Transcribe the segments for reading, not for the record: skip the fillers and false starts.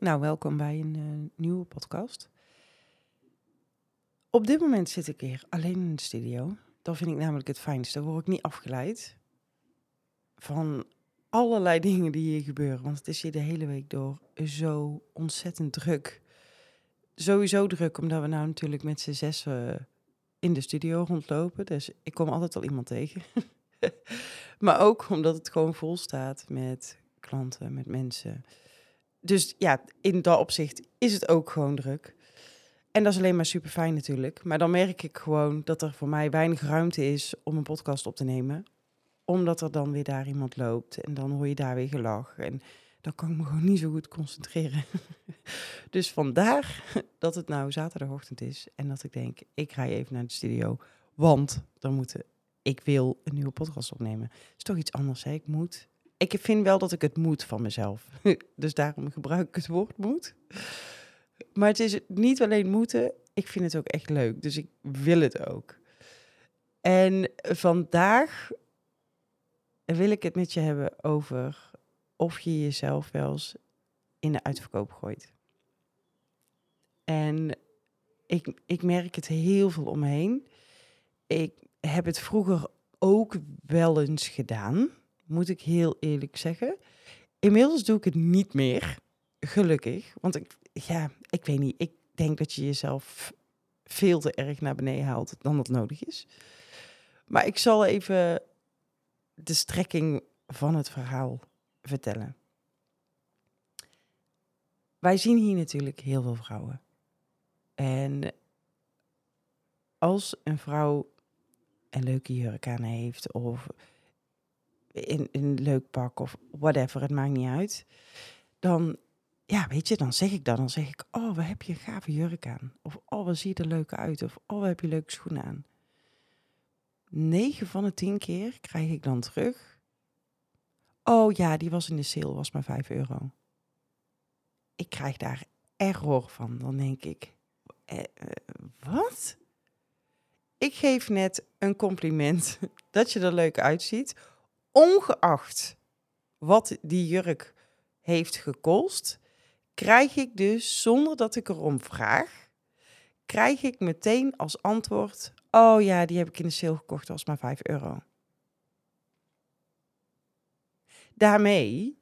Nou, welkom bij een nieuwe podcast. Op dit moment zit ik weer alleen in de studio. Dat vind ik namelijk het fijnste. Dan word ik niet afgeleid van allerlei dingen die hier gebeuren. Want het is hier de hele week door zo ontzettend druk. Sowieso druk, omdat we nou natuurlijk met z'n zessen in de studio rondlopen. Dus ik kom altijd al iemand tegen. Maar ook omdat het gewoon vol staat met klanten, met mensen. Dus ja, in dat opzicht is het ook gewoon druk. En dat is alleen maar super fijn natuurlijk. Maar dan merk ik gewoon dat er voor mij weinig ruimte is om een podcast op te nemen. Omdat er dan weer daar iemand loopt en dan hoor je daar weer gelach. En dan kan ik me gewoon niet zo goed concentreren. Dus vandaar dat het nou zaterdagochtend is. En dat ik denk, ik ga even naar de studio. Want ik wil een nieuwe podcast opnemen. Is toch iets anders, hè? Ik vind wel dat ik het moet van mezelf. Dus daarom gebruik ik het woord moet. Maar het is niet alleen moeten, ik vind het ook echt leuk. Dus ik wil het ook. En vandaag wil ik het met je hebben over of je jezelf wel eens in de uitverkoop gooit. En ik merk het heel veel om me heen. Ik heb het vroeger ook wel eens gedaan, moet ik heel eerlijk zeggen. Inmiddels doe ik het niet meer, gelukkig. Want ik weet niet, ik denk dat je jezelf veel te erg naar beneden haalt dan dat nodig is. Maar ik zal even de strekking van het verhaal vertellen. Wij zien hier natuurlijk heel veel vrouwen. En als een vrouw een leuke jurk aan heeft of een leuk pak of whatever, het maakt niet uit. Dan, ja, weet je, dan zeg ik dat. Dan zeg ik, oh, wat heb je een gave jurk aan? Of, oh, wat zie je er leuk uit? Of, oh, wat heb je leuke schoenen aan? 9 van de 10 keer krijg ik dan terug. Oh ja, die was in de sale, was maar €5. Ik krijg daar error van. Dan denk ik, wat? Ik geef net een compliment dat je er leuk uitziet. Ongeacht wat die jurk heeft gekost, krijg ik dus, zonder dat ik erom vraag, krijg ik meteen als antwoord, oh ja, die heb ik in de sale gekocht, dat was maar €5. Daarmee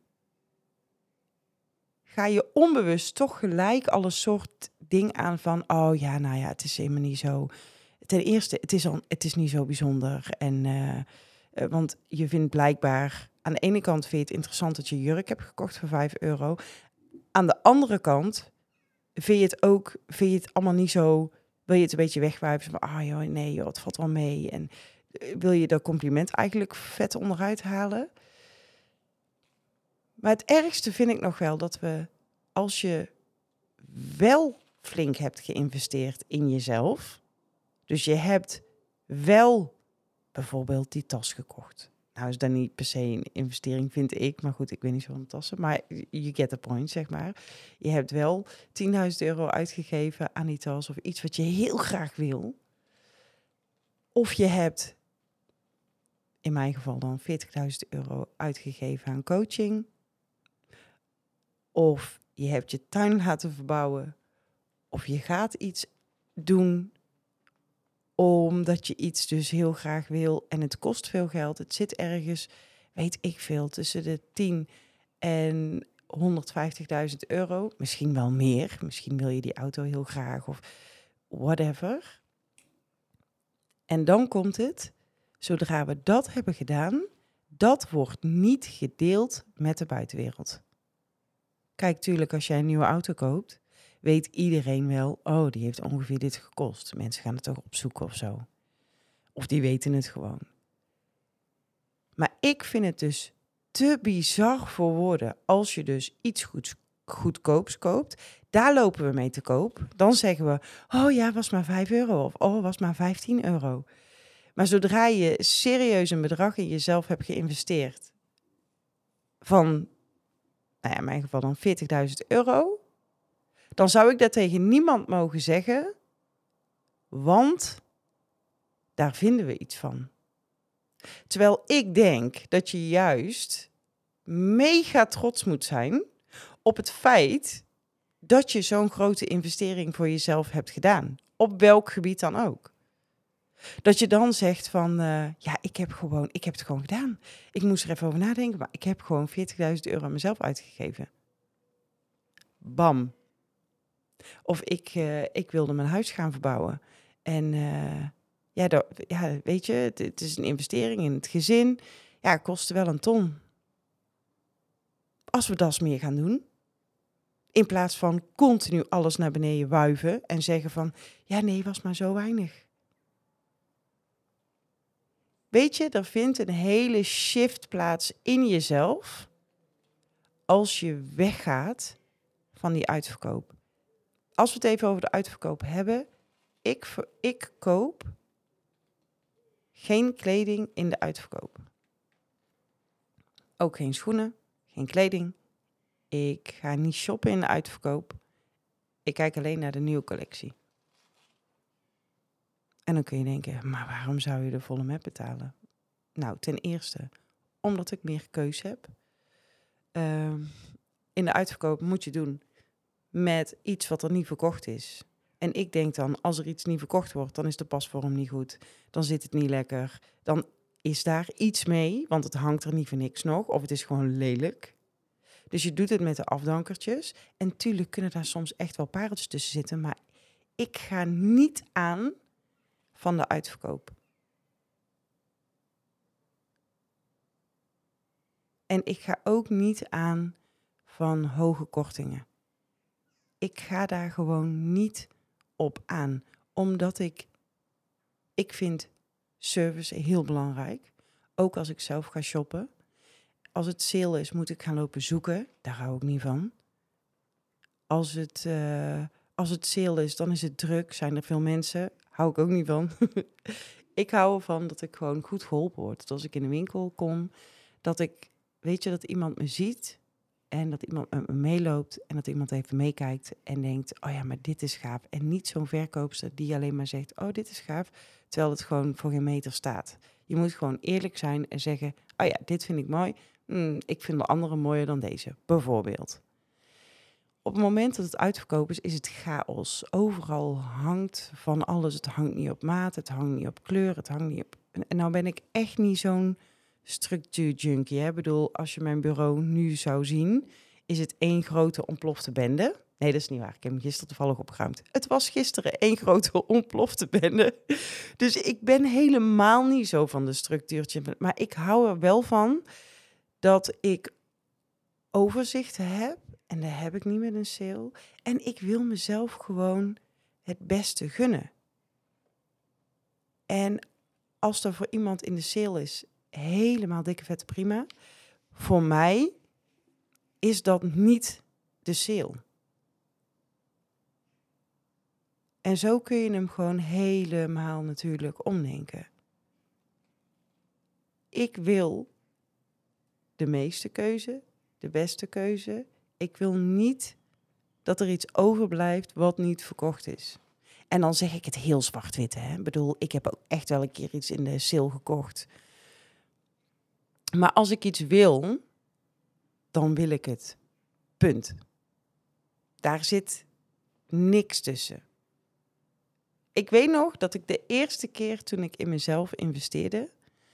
ga je onbewust toch gelijk al een soort ding aan van, oh ja, nou ja, het is helemaal niet zo. Ten eerste, het is niet zo bijzonder. En, want je vindt blijkbaar, aan de ene kant vind je het interessant dat je jurk hebt gekocht voor €5. Aan de andere kant vind je het allemaal niet zo, wil je het een beetje wegwijven van, ah joh, nee joh, het valt wel mee. En wil je dat compliment eigenlijk vet onderuit halen. Maar het ergste vind ik nog wel dat als je wel flink hebt geïnvesteerd in jezelf, dus je hebt wel bijvoorbeeld die tas gekocht. Nou is dat niet per se een investering, vind ik. Maar goed, ik weet niet zo van tassen. Maar you get the point, zeg maar. Je hebt wel €10.000 uitgegeven aan die tas of iets wat je heel graag wil. Of je hebt, in mijn geval dan, €40.000 uitgegeven aan coaching. Of je hebt je tuin laten verbouwen. Of je gaat iets doen omdat je iets dus heel graag wil en het kost veel geld. Het zit ergens, weet ik veel, tussen de 10 en €150.000. Misschien wel meer. Misschien wil je die auto heel graag of whatever. En dan komt het, zodra we dat hebben gedaan, dat wordt niet gedeeld met de buitenwereld. Kijk, tuurlijk, als jij een nieuwe auto koopt, weet iedereen wel, oh, die heeft ongeveer dit gekost. Mensen gaan het toch opzoeken of zo. Of die weten het gewoon. Maar ik vind het dus te bizar voor woorden als je dus iets goedkoops koopt. Daar lopen we mee te koop. Dan zeggen we, oh ja, was maar €5 of oh, was maar €15. Maar zodra je serieus een bedrag in jezelf hebt geïnvesteerd van, nou ja, in mijn geval dan €40.000, dan zou ik dat tegen niemand mogen zeggen, want daar vinden we iets van. Terwijl ik denk dat je juist mega trots moet zijn op het feit dat je zo'n grote investering voor jezelf hebt gedaan. Op welk gebied dan ook. Dat je dan zegt van, ik heb het gewoon gedaan. Ik moest er even over nadenken, maar ik heb gewoon 40.000 euro aan mezelf uitgegeven. Bam. Of ik wilde mijn huis gaan verbouwen. En weet je, het is een investering in het gezin. Ja, het kostte wel een ton. Als we dat eens meer gaan doen. In plaats van continu alles naar beneden wuiven en zeggen van, ja nee, was maar zo weinig. Weet je, er vindt een hele shift plaats in jezelf als je weggaat van die uitverkoop. Als we het even over de uitverkoop hebben, ik koop geen kleding in de uitverkoop. Ook geen schoenen, geen kleding. Ik ga niet shoppen in de uitverkoop. Ik kijk alleen naar de nieuwe collectie. En dan kun je denken, maar waarom zou je de volle map betalen? Nou, ten eerste, omdat ik meer keus heb. In de uitverkoop moet je doen met iets wat er niet verkocht is. En ik denk dan, als er iets niet verkocht wordt, dan is de pasvorm niet goed. Dan zit het niet lekker. Dan is daar iets mee, want het hangt er niet voor niks nog. Of het is gewoon lelijk. Dus je doet het met de afdankertjes. En tuurlijk kunnen daar soms echt wel pareltjes tussen zitten. Maar ik ga niet aan van de uitverkoop. En ik ga ook niet aan van hoge kortingen. Ik ga daar gewoon niet op aan. Omdat ik vind service heel belangrijk. Ook als ik zelf ga shoppen. Als het sale is, moet ik gaan lopen zoeken. Daar hou ik niet van. Als het sale is, dan is het druk. Zijn er veel mensen. Hou ik ook niet van. Ik hou ervan dat ik gewoon goed geholpen word. Dat als ik in de winkel kom, dat ik, weet je, dat iemand me ziet en dat iemand met me meeloopt en dat iemand even meekijkt en denkt, oh ja, maar dit is gaaf. En niet zo'n verkoopster die alleen maar zegt, oh, dit is gaaf, terwijl het gewoon voor geen meter staat. Je moet gewoon eerlijk zijn en zeggen, oh ja, dit vind ik mooi. Ik vind de andere mooier dan deze, bijvoorbeeld. Op het moment dat het uitverkopen is het chaos. Overal hangt van alles. Het hangt niet op maat, het hangt niet op kleur, het hangt niet op... En nou ben ik echt niet zo'n structuurjunkie. Ik bedoel, als je mijn bureau nu zou zien, is het één grote ontplofte bende. Nee, dat is niet waar. Ik heb hem gisteren toevallig opgeruimd. Het was gisteren één grote ontplofte bende. Dus ik ben helemaal niet zo van de structuurtje. Maar ik hou er wel van dat ik overzicht heb. En dat heb ik niet met een sale. En ik wil mezelf gewoon het beste gunnen. En als er voor iemand in de sale is, helemaal dikke vette prima. Voor mij is dat niet de sale. En zo kun je hem gewoon helemaal natuurlijk omdenken. Ik wil de meeste keuze, de beste keuze. Ik wil niet dat er iets overblijft wat niet verkocht is. En dan zeg ik het heel zwart-wit. Ik bedoel, ik heb ook echt wel een keer iets in de sale gekocht. Maar als ik iets wil, dan wil ik het. Punt. Daar zit niks tussen. Ik weet nog dat ik de eerste keer toen ik in mezelf investeerde...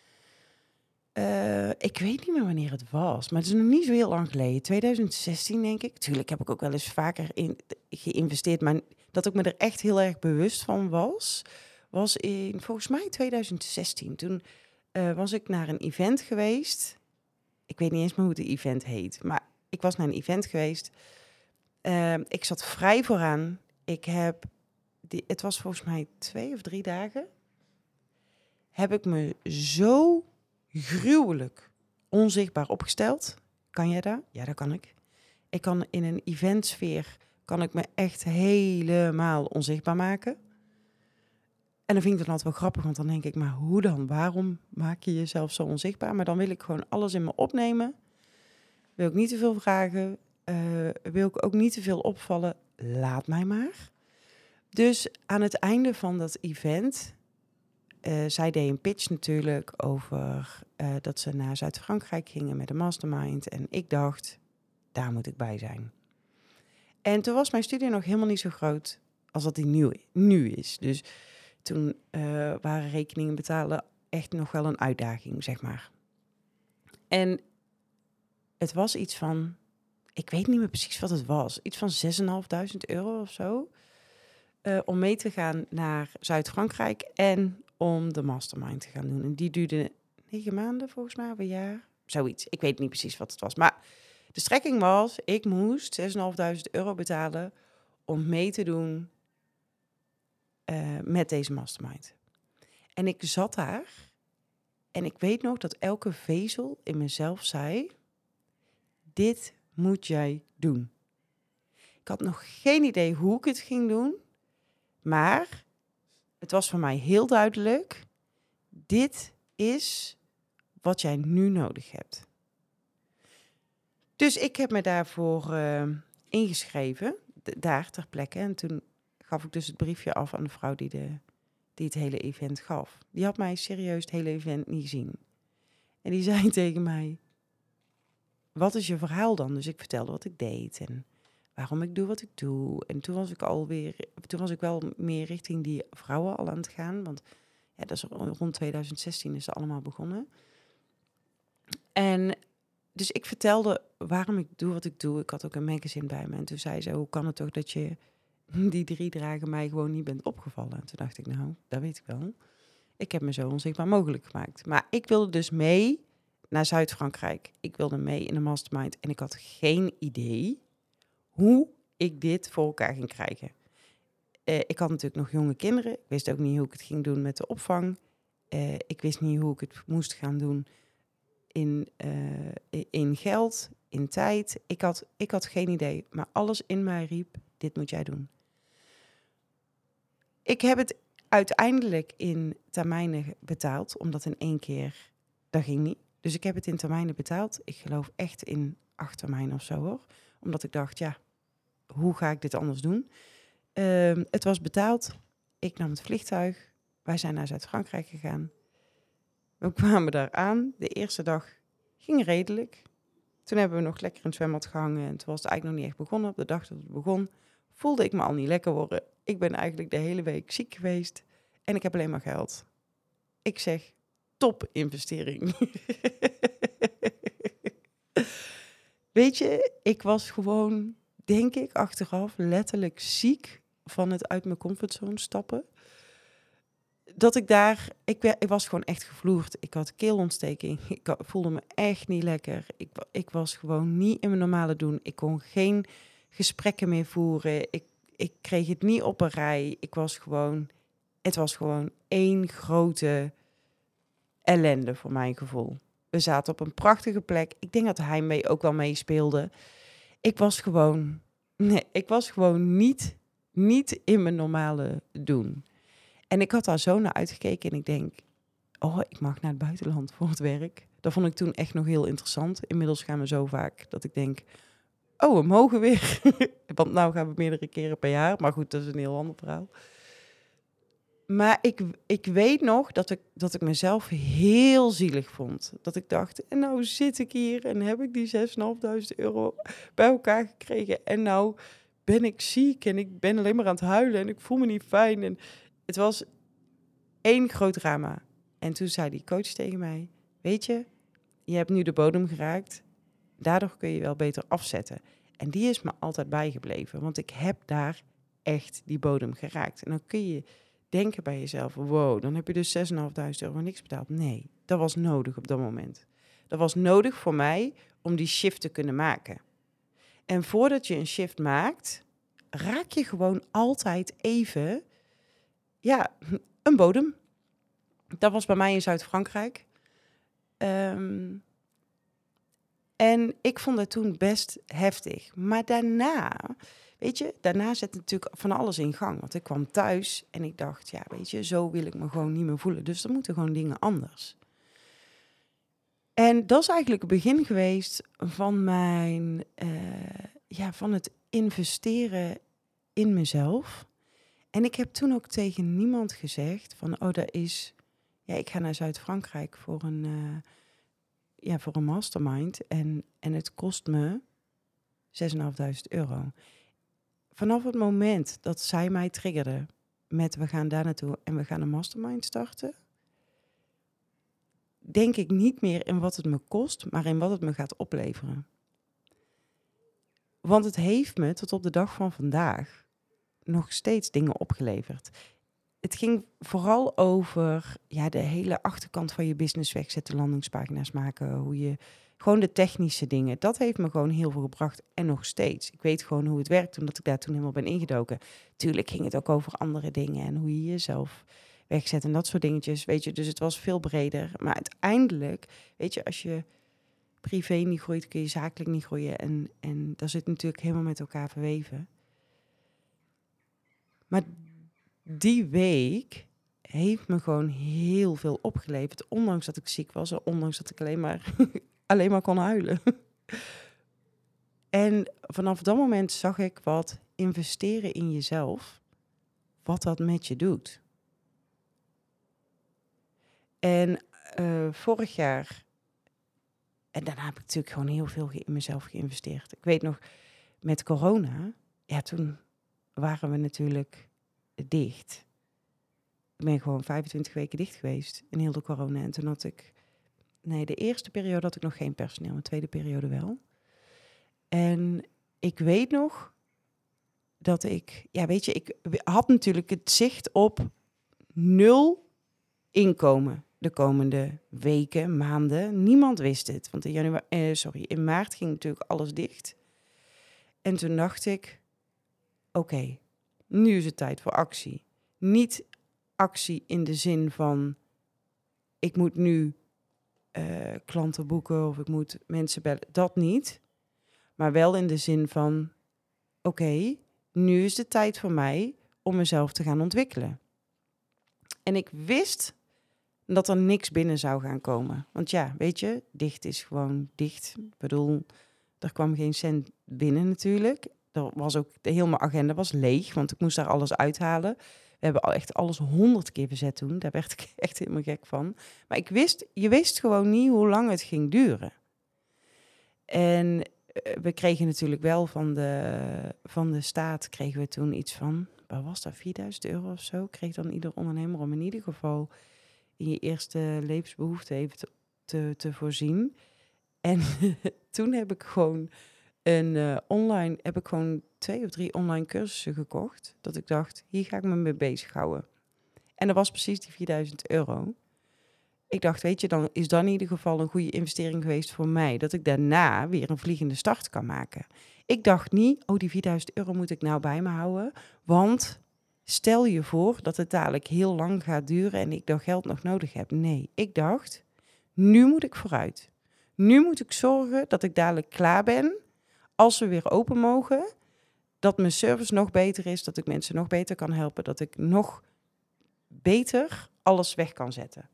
ik weet niet meer wanneer het was, maar het is nog niet zo heel lang geleden. 2016 denk ik. Tuurlijk heb ik ook wel eens vaker geïnvesteerd, maar dat ik me er echt heel erg bewust van was in volgens mij 2016. Toen was ik naar een event geweest. Ik weet niet eens meer hoe het event heet, maar ik was naar een event geweest. Ik zat vrij vooraan. Het was volgens mij 2 of 3 dagen. Heb ik me zo gruwelijk onzichtbaar opgesteld. Kan jij dat? Ja, dat kan ik. Ik kan in een eventsfeer kan ik me echt helemaal onzichtbaar maken. En dan vind ik het altijd wel grappig, want dan denk ik, maar hoe dan? Waarom maak je jezelf zo onzichtbaar? Maar dan wil ik gewoon alles in me opnemen. Wil ik niet te veel vragen. Wil ik ook niet te veel opvallen. Laat mij maar. Dus aan het einde van dat event... zij deed een pitch natuurlijk over dat ze naar Zuid-Frankrijk gingen met een mastermind. En ik dacht, daar moet ik bij zijn. En toen was mijn studie nog helemaal niet zo groot als dat die nu is. Dus toen waren rekeningen betalen echt nog wel een uitdaging, zeg maar. En het was iets van, ik weet niet meer precies wat het was. Iets van €6.500 of zo. Om mee te gaan naar Zuid-Frankrijk en om de mastermind te gaan doen. En die duurde 9 maanden volgens mij, of een jaar. Zoiets. Ik weet niet precies wat het was. Maar de strekking was, ik moest €6.500 betalen om mee te doen met deze mastermind. En ik zat daar en ik weet nog dat elke vezel in mezelf zei, dit moet jij doen. Ik had nog geen idee hoe ik het ging doen, maar het was voor mij heel duidelijk, dit is wat jij nu nodig hebt. Dus ik heb me daarvoor ingeschreven, daar ter plekke. En toen gaf ik dus het briefje af aan de vrouw die het hele event gaf. Die had mij serieus het hele event niet gezien. En die zei tegen mij, wat is je verhaal dan? Dus ik vertelde wat ik deed en waarom ik doe wat ik doe. En toen was ik wel meer richting die vrouwen al aan het gaan. Want ja, dat is rond 2016 is dat allemaal begonnen. En dus ik vertelde waarom ik doe wat ik doe. Ik had ook een magazine bij me. En toen zei ze, hoe kan het toch dat je die 3 dagen mij gewoon niet bent opgevallen? En toen dacht ik, nou, dat weet ik wel. Ik heb me zo onzichtbaar mogelijk gemaakt. Maar ik wilde dus mee naar Zuid-Frankrijk. Ik wilde mee in de mastermind. En ik had geen idee hoe ik dit voor elkaar ging krijgen. Ik had natuurlijk nog jonge kinderen. Ik wist ook niet hoe ik het ging doen met de opvang. Ik wist niet hoe ik het moest gaan doen in geld, in tijd. Ik had geen idee. Maar alles in mij riep, dit moet jij doen. Ik heb het uiteindelijk in termijnen betaald. Omdat in 1 keer, dat ging niet. Dus ik heb het in termijnen betaald. Ik geloof echt in 8 termijnen of zo hoor. Omdat ik dacht, ja, hoe ga ik dit anders doen? Het was betaald. Ik nam het vliegtuig. Wij zijn naar Zuid-Frankrijk gegaan. We kwamen daar aan. De eerste dag ging redelijk. Toen hebben we nog lekker in het zwembad gehangen. En toen was het eigenlijk nog niet echt begonnen. Op de dag dat het begon, voelde ik me al niet lekker worden. Ik ben eigenlijk de hele week ziek geweest. En ik heb alleen maar geld. Ik zeg, top investering. Weet je, ik was gewoon, denk ik, achteraf letterlijk ziek van het uit mijn comfortzone stappen. Dat ik was gewoon echt gevloerd. Ik had keelontsteking. Ik voelde me echt niet lekker. Ik was gewoon niet in mijn normale doen. Ik kon geen gesprekken meer voeren. Ik kreeg het niet op een rij. Het was gewoon één grote ellende voor mijn gevoel. We zaten op een prachtige plek. Ik denk dat heimwee ook wel meespeelde. Ik was gewoon niet in mijn normale doen. En ik had daar zo naar uitgekeken en ik denk, oh, ik mag naar het buitenland voor het werk. Dat vond ik toen echt nog heel interessant. Inmiddels gaan we zo vaak dat ik denk, oh, we mogen weer. Want nou gaan we meerdere keren per jaar. Maar goed, dat is een heel ander verhaal. Maar ik weet nog dat ik mezelf heel zielig vond. Dat ik dacht, en nou zit ik hier en heb ik die €6.500 bij elkaar gekregen. En nou ben ik ziek en ik ben alleen maar aan het huilen en ik voel me niet fijn. En het was één groot drama. En toen zei die coach tegen mij, weet je hebt nu de bodem geraakt. Daardoor kun je wel beter afzetten. En die is me altijd bijgebleven, want ik heb daar echt die bodem geraakt. En dan kun je denken bij jezelf, wow, dan heb je dus €6.500 niks betaald. Nee, dat was nodig op dat moment. Dat was nodig voor mij om die shift te kunnen maken. En voordat je een shift maakt, raak je gewoon altijd even, ja, een bodem. Dat was bij mij in Zuid-Frankrijk. En ik vond het toen best heftig. Maar daarna, daarna zet natuurlijk van alles in gang. Want ik kwam thuis en ik dacht, ja, zo wil ik me gewoon niet meer voelen. Dus er moeten gewoon dingen anders. En dat is eigenlijk het begin geweest van van het investeren in mezelf. En ik heb toen ook tegen niemand gezegd van, ik ga naar Zuid-Frankrijk voor een mastermind en het kost me €6.500. vanaf het moment dat zij mij triggerde met we gaan daar naartoe en we gaan een mastermind starten, denk ik niet meer in wat het me kost, maar in wat het me gaat opleveren. Want het heeft me tot op de dag van vandaag nog steeds dingen opgeleverd. Het ging vooral over de hele achterkant van je business wegzetten, landingspagina's maken, hoe je gewoon de technische dingen. Dat heeft me gewoon heel veel gebracht en nog steeds. Ik weet gewoon hoe het werkt, omdat ik daar toen helemaal ben ingedoken. Tuurlijk ging het ook over andere dingen en hoe je jezelf wegzet en dat soort dingetjes, weet je. Dus het was veel breder. Maar uiteindelijk, weet je, als je privé niet groeit, kun je zakelijk niet groeien. En dat zit natuurlijk helemaal met elkaar verweven. Maar die week heeft me gewoon heel veel opgeleverd. Ondanks dat ik ziek was en ondanks dat ik alleen maar kon huilen. En vanaf dat moment zag ik wat investeren in jezelf, wat dat met je doet. En vorig jaar, en daarna heb ik natuurlijk gewoon heel veel in mezelf geïnvesteerd. Ik weet nog, met corona, toen waren we natuurlijk dicht. Ik ben gewoon 25 weken dicht geweest in heel de corona. En toen had ik, de eerste periode had ik nog geen personeel, de tweede periode wel. En ik weet nog dat ik had natuurlijk het zicht op 0 inkomen de komende weken, maanden. Niemand wist het, want in maart ging natuurlijk alles dicht. En toen dacht ik, oké, nu is het tijd voor actie. Niet actie in de zin van, ik moet nu klanten boeken of ik moet mensen bellen. Dat niet. Maar wel in de zin van, oké, nu is de tijd voor mij om mezelf te gaan ontwikkelen. En ik wist dat er niks binnen zou gaan komen. Want weet je, dicht is gewoon dicht. Ik bedoel, er kwam geen cent binnen natuurlijk. Er was ook, heel mijn agenda was leeg, want ik moest daar alles uithalen. We hebben al echt alles 100 keer verzet toen. Daar werd ik echt helemaal gek van. Maar je wist gewoon niet hoe lang het ging duren. En we kregen natuurlijk wel van de staat, kregen we toen iets van, wat was dat, €4.000 of zo? Kreeg dan ieder ondernemer om in ieder geval in je eerste levensbehoefte even te voorzien. En toen heb ik gewoon heb ik gewoon 2 of 3 online cursussen gekocht. Dat ik dacht, hier ga ik me mee bezighouden. En dat was precies die €4.000. Ik dacht, weet je, dan is dat in ieder geval een goede investering geweest voor mij. Dat ik daarna weer een vliegende start kan maken. Ik dacht niet, die €4.000 moet ik nou bij me houden. Want stel je voor dat het dadelijk heel lang gaat duren en ik dat geld nog nodig heb. Nee, ik dacht, nu moet ik vooruit. Nu moet ik zorgen dat ik dadelijk klaar ben. Als we weer open mogen, dat mijn service nog beter is. Dat ik mensen nog beter kan helpen. Dat ik nog beter alles weg kan zetten.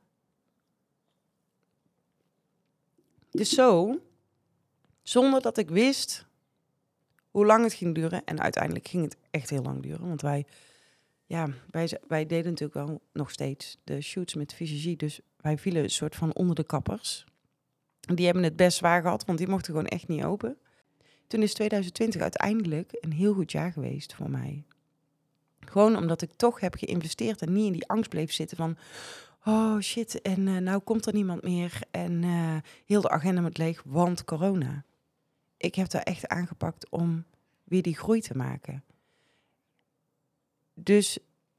Dus zo, zonder dat ik wist hoe lang het ging duren. En uiteindelijk ging het echt heel lang duren. Want wij deden natuurlijk wel nog steeds de shoots met visagie. Dus wij vielen een soort van onder de kappers. Die hebben het best zwaar gehad, want die mochten gewoon echt niet open. Toen is 2020 uiteindelijk een heel goed jaar geweest voor mij. Gewoon omdat ik toch heb geïnvesteerd en niet in die angst bleef zitten van, oh shit, en nou komt er niemand meer en heel de agenda moet leeg, want corona. Ik heb daar echt aangepakt om weer die groei te maken. Dus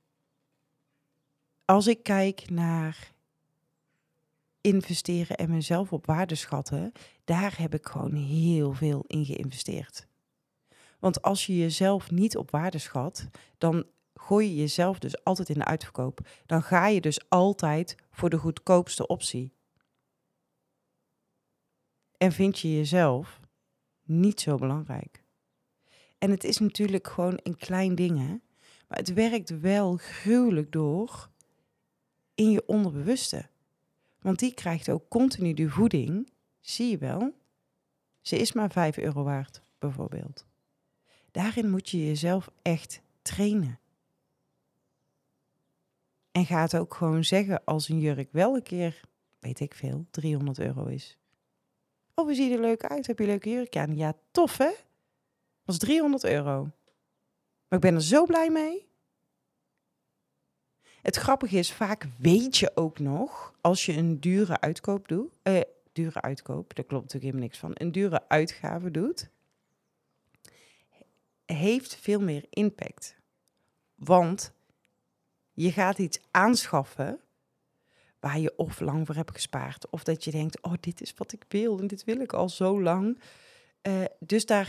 als ik kijk naar investeren en mezelf op waarde schatten, daar heb ik gewoon heel veel in geïnvesteerd. Want als je jezelf niet op waarde schat, dan gooi je jezelf dus altijd in de uitverkoop. Dan ga je dus altijd voor de goedkoopste optie. En vind je jezelf niet zo belangrijk. En het is natuurlijk gewoon een klein ding, hè? Maar het werkt wel gruwelijk door in je onderbewuste. Want die krijgt ook continu die voeding, zie je wel. Ze is maar €5 waard, bijvoorbeeld. Daarin moet je jezelf echt trainen. En ga het ook gewoon zeggen als een jurk wel een keer, weet ik veel, €300 is. Oh, we zien er leuk uit. Heb je een leuke jurk aan? Ja, tof hè? Dat is €300. Maar ik ben er zo blij mee. Het grappige is, vaak weet je ook nog, als je een dure uitkoop doet. Dure uitkoop, daar klopt natuurlijk helemaal niks van. Een dure uitgave doet, heeft veel meer impact. Want je gaat iets aanschaffen waar je of lang voor hebt gespaard. Of dat je denkt, oh, dit is wat ik wil en dit wil ik al zo lang. Dus daar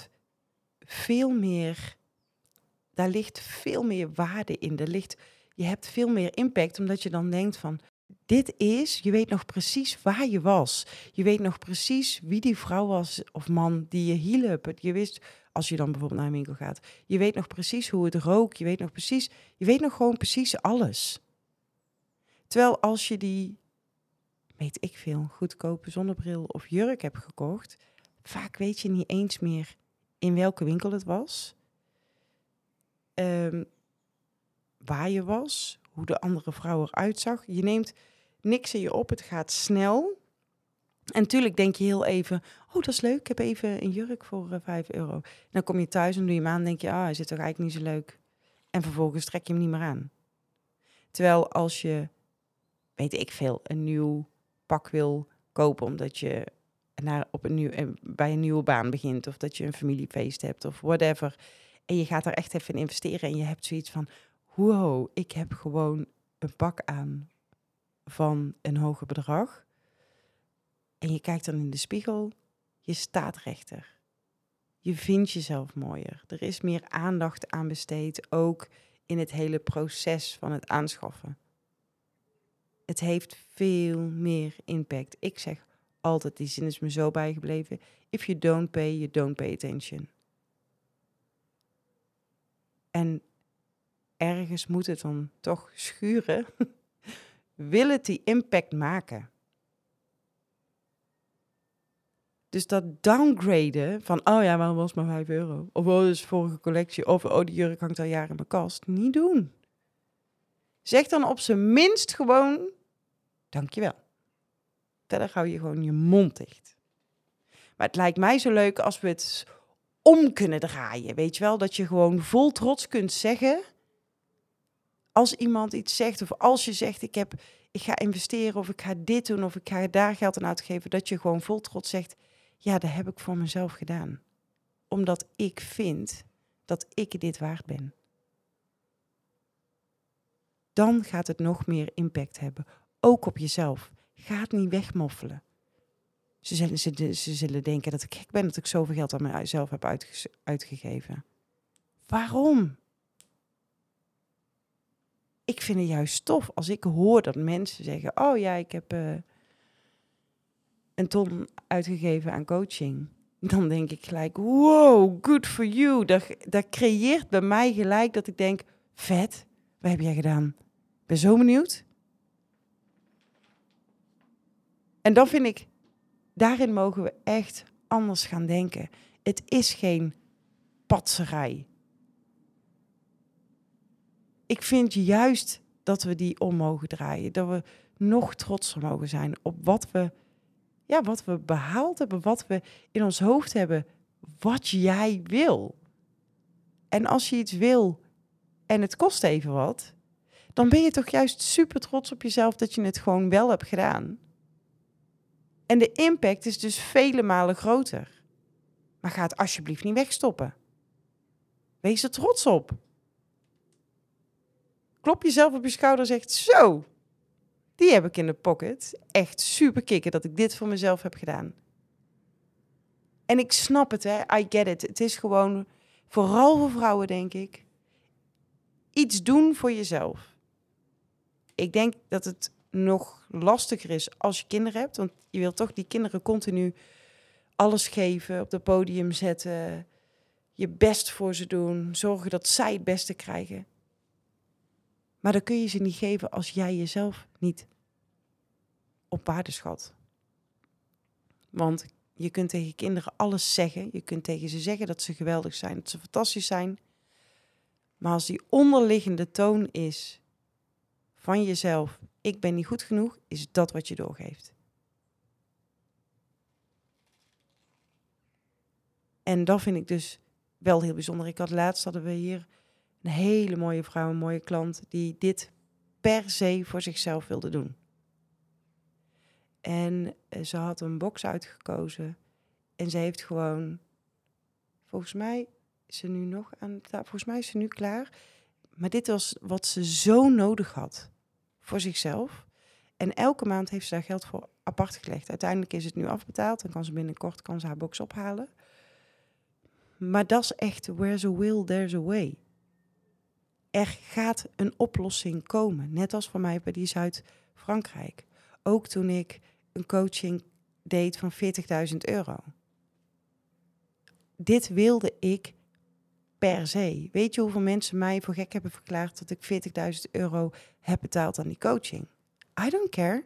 ligt veel meer waarde in. Je hebt veel meer impact, omdat je dan denkt van, je weet nog precies waar je was. Je weet nog precies wie die vrouw was of man die je hielp. Je wist, als je dan bijvoorbeeld naar een winkel gaat, je weet nog precies hoe het rook. Je weet nog gewoon precies alles. Terwijl als je die, weet ik veel, goedkope zonnebril of jurk hebt gekocht, vaak weet je niet eens meer in welke winkel het was. Waar je was, hoe de andere vrouw eruit zag. Je neemt niks in je op, het gaat snel. En natuurlijk denk je heel even, oh, dat is leuk, ik heb even een jurk voor €5. En dan kom je thuis en doe je hem aan en denk je, hij zit toch eigenlijk niet zo leuk. En vervolgens trek je hem niet meer aan. Terwijl als je, weet ik veel, een nieuw pak wil kopen omdat je bij een nieuwe baan begint of dat je een familiefeest hebt of whatever. En je gaat er echt even in investeren en je hebt zoiets van, wow, ik heb gewoon een pak aan van een hoger bedrag. En je kijkt dan in de spiegel, je staat rechter. Je vindt jezelf mooier. Er is meer aandacht aan besteed, ook in het hele proces van het aanschaffen. Het heeft veel meer impact. Ik zeg altijd, die zin is me zo bijgebleven. If you don't pay, you don't pay attention. En ergens moet het dan toch schuren. Wil het die impact maken? Dus dat downgraden van, oh ja, waarom was het maar €5? Of, oh, dat is vorige collectie. Of, oh, die jurk hangt al jaren in mijn kast. Niet doen. Zeg dan op zijn minst gewoon, dankjewel. Verder hou je gewoon je mond dicht. Maar het lijkt mij zo leuk als we het om kunnen draaien. Weet je wel, dat je gewoon vol trots kunt zeggen, als iemand iets zegt, of als je zegt, ik ga investeren, of ik ga dit doen, of ik ga daar geld aan uitgeven, dat je gewoon vol trots zegt, ja, dat heb ik voor mezelf gedaan. Omdat ik vind dat ik dit waard ben. Dan gaat het nog meer impact hebben. Ook op jezelf. Ga het niet wegmoffelen. Ze zullen denken dat ik gek ben dat ik zoveel geld aan mezelf heb uitgegeven. Waarom? Ik vind het juist tof als ik hoor dat mensen zeggen, oh ja, ik heb een ton uitgegeven aan coaching. Dan denk ik gelijk, wow, good for you. Dat creëert bij mij gelijk dat ik denk, vet, wat heb jij gedaan? Ik ben zo benieuwd. En dan vind ik, daarin mogen we echt anders gaan denken. Het is geen patserij. Ik vind juist dat we die om mogen draaien. Dat we nog trotser mogen zijn op wat we behaald hebben. Wat we in ons hoofd hebben. Wat jij wil. En als je iets wil en het kost even wat, dan ben je toch juist super trots op jezelf dat je het gewoon wel hebt gedaan. En de impact is dus vele malen groter. Maar ga het alsjeblieft niet wegstoppen. Wees er trots op. Klop jezelf op je schouder en zegt, zo, die heb ik in de pocket. Echt super kicken dat ik dit voor mezelf heb gedaan. En ik snap het, hè. I get it. Het is gewoon, vooral voor vrouwen denk ik, iets doen voor jezelf. Ik denk dat het nog lastiger is als je kinderen hebt. Want je wilt toch die kinderen continu alles geven, op het podium zetten, je best voor ze doen, zorgen dat zij het beste krijgen. Maar dan kun je ze niet geven als jij jezelf niet op waarde schat. Want je kunt tegen kinderen alles zeggen. Je kunt tegen ze zeggen dat ze geweldig zijn, dat ze fantastisch zijn. Maar als die onderliggende toon is van jezelf, ik ben niet goed genoeg, is dat wat je doorgeeft. En dat vind ik dus wel heel bijzonder. Hadden we hier een hele mooie vrouw, een mooie klant, die dit per se voor zichzelf wilde doen. En ze had een box uitgekozen en ze heeft gewoon, volgens mij is ze nu klaar. Maar dit was wat ze zo nodig had voor zichzelf. En elke maand heeft ze daar geld voor apart gelegd. Uiteindelijk is het nu afbetaald en kan ze binnenkort haar box ophalen. Maar dat is echt, where's a will, there's a way. Er gaat een oplossing komen. Net als voor mij bij die Zuid-Frankrijk. Ook toen ik een coaching deed van €40.000. Dit wilde ik per se. Weet je hoeveel mensen mij voor gek hebben verklaard dat ik €40.000 heb betaald aan die coaching? I don't care.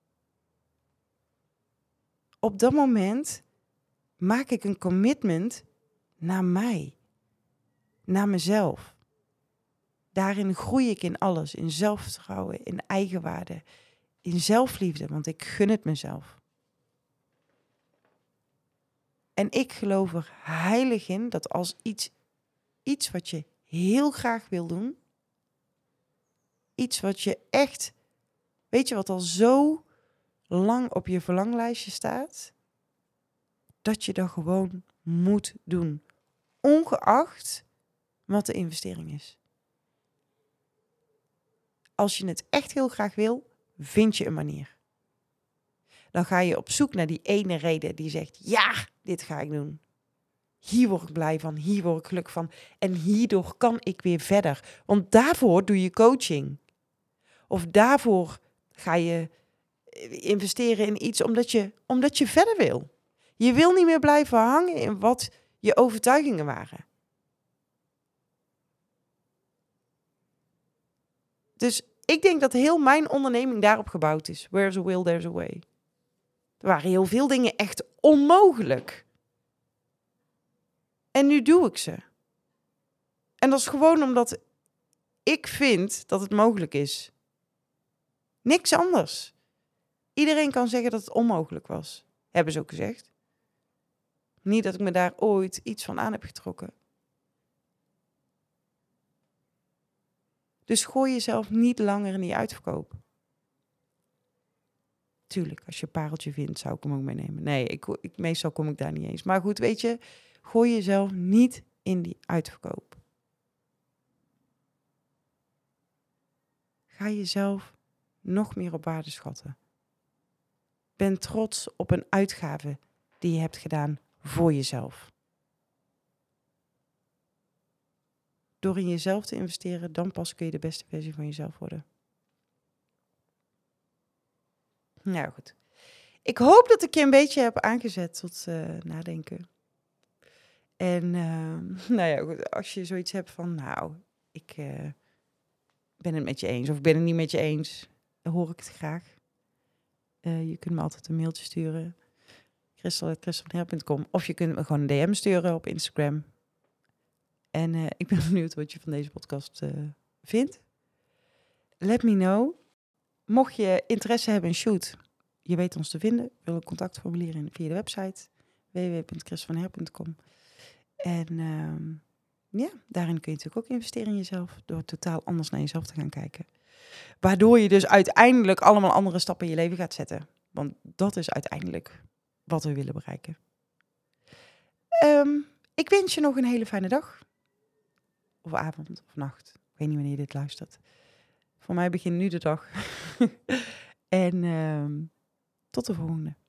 Op dat moment maak ik een commitment naar mij. Naar mezelf. Daarin groei ik in alles. In zelfvertrouwen, in eigenwaarde, in zelfliefde. Want ik gun het mezelf. En ik geloof er heilig in dat als iets wat je heel graag wil doen, iets wat je echt, weet je wat al zo lang op je verlanglijstje staat, dat je dat gewoon moet doen. Ongeacht wat de investering is. Als je het echt heel graag wil, vind je een manier. Dan ga je op zoek naar die ene reden die zegt, ja, dit ga ik doen. Hier word ik blij van, hier word ik gelukkig van. En hierdoor kan ik weer verder. Want daarvoor doe je coaching. Of daarvoor ga je investeren in iets omdat je verder wil. Je wil niet meer blijven hangen in wat je overtuigingen waren. Dus ik denk dat heel mijn onderneming daarop gebouwd is. Where's a will, there's a way. Er waren heel veel dingen echt onmogelijk. En nu doe ik ze. En dat is gewoon omdat ik vind dat het mogelijk is. Niks anders. Iedereen kan zeggen dat het onmogelijk was. Hebben ze ook gezegd. Niet dat ik me daar ooit iets van aan heb getrokken. Dus gooi jezelf niet langer in die uitverkoop. Tuurlijk, als je een pareltje vindt, zou ik hem ook meenemen. Nee, meestal kom ik daar niet eens. Maar goed, weet je, gooi jezelf niet in die uitverkoop. Ga jezelf nog meer op waarde schatten. Ben trots op een uitgave die je hebt gedaan voor jezelf. Door in jezelf te investeren, dan pas kun je de beste versie van jezelf worden. Nou goed. Ik hoop dat ik je een beetje heb aangezet tot nadenken. En nou ja, goed, als je zoiets hebt van, nou, ik ben het met je eens of ik ben het niet met je eens, dan hoor ik het graag. Je kunt me altijd een mailtje sturen, christel@christelvanher.com, of je kunt me gewoon een DM sturen op Instagram. En ik ben benieuwd wat je van deze podcast vindt. Let me know. Mocht je interesse hebben in shoot, je weet ons te vinden. Wil een contactformulier in via de website www.christelvanher.com. En daarin kun je natuurlijk ook investeren in jezelf door totaal anders naar jezelf te gaan kijken. Waardoor je dus uiteindelijk allemaal andere stappen in je leven gaat zetten. Want dat is uiteindelijk wat we willen bereiken. Ik wens je nog een hele fijne dag. Of avond of nacht. Ik weet niet wanneer je dit luistert. Voor mij begint nu de dag. En tot de volgende.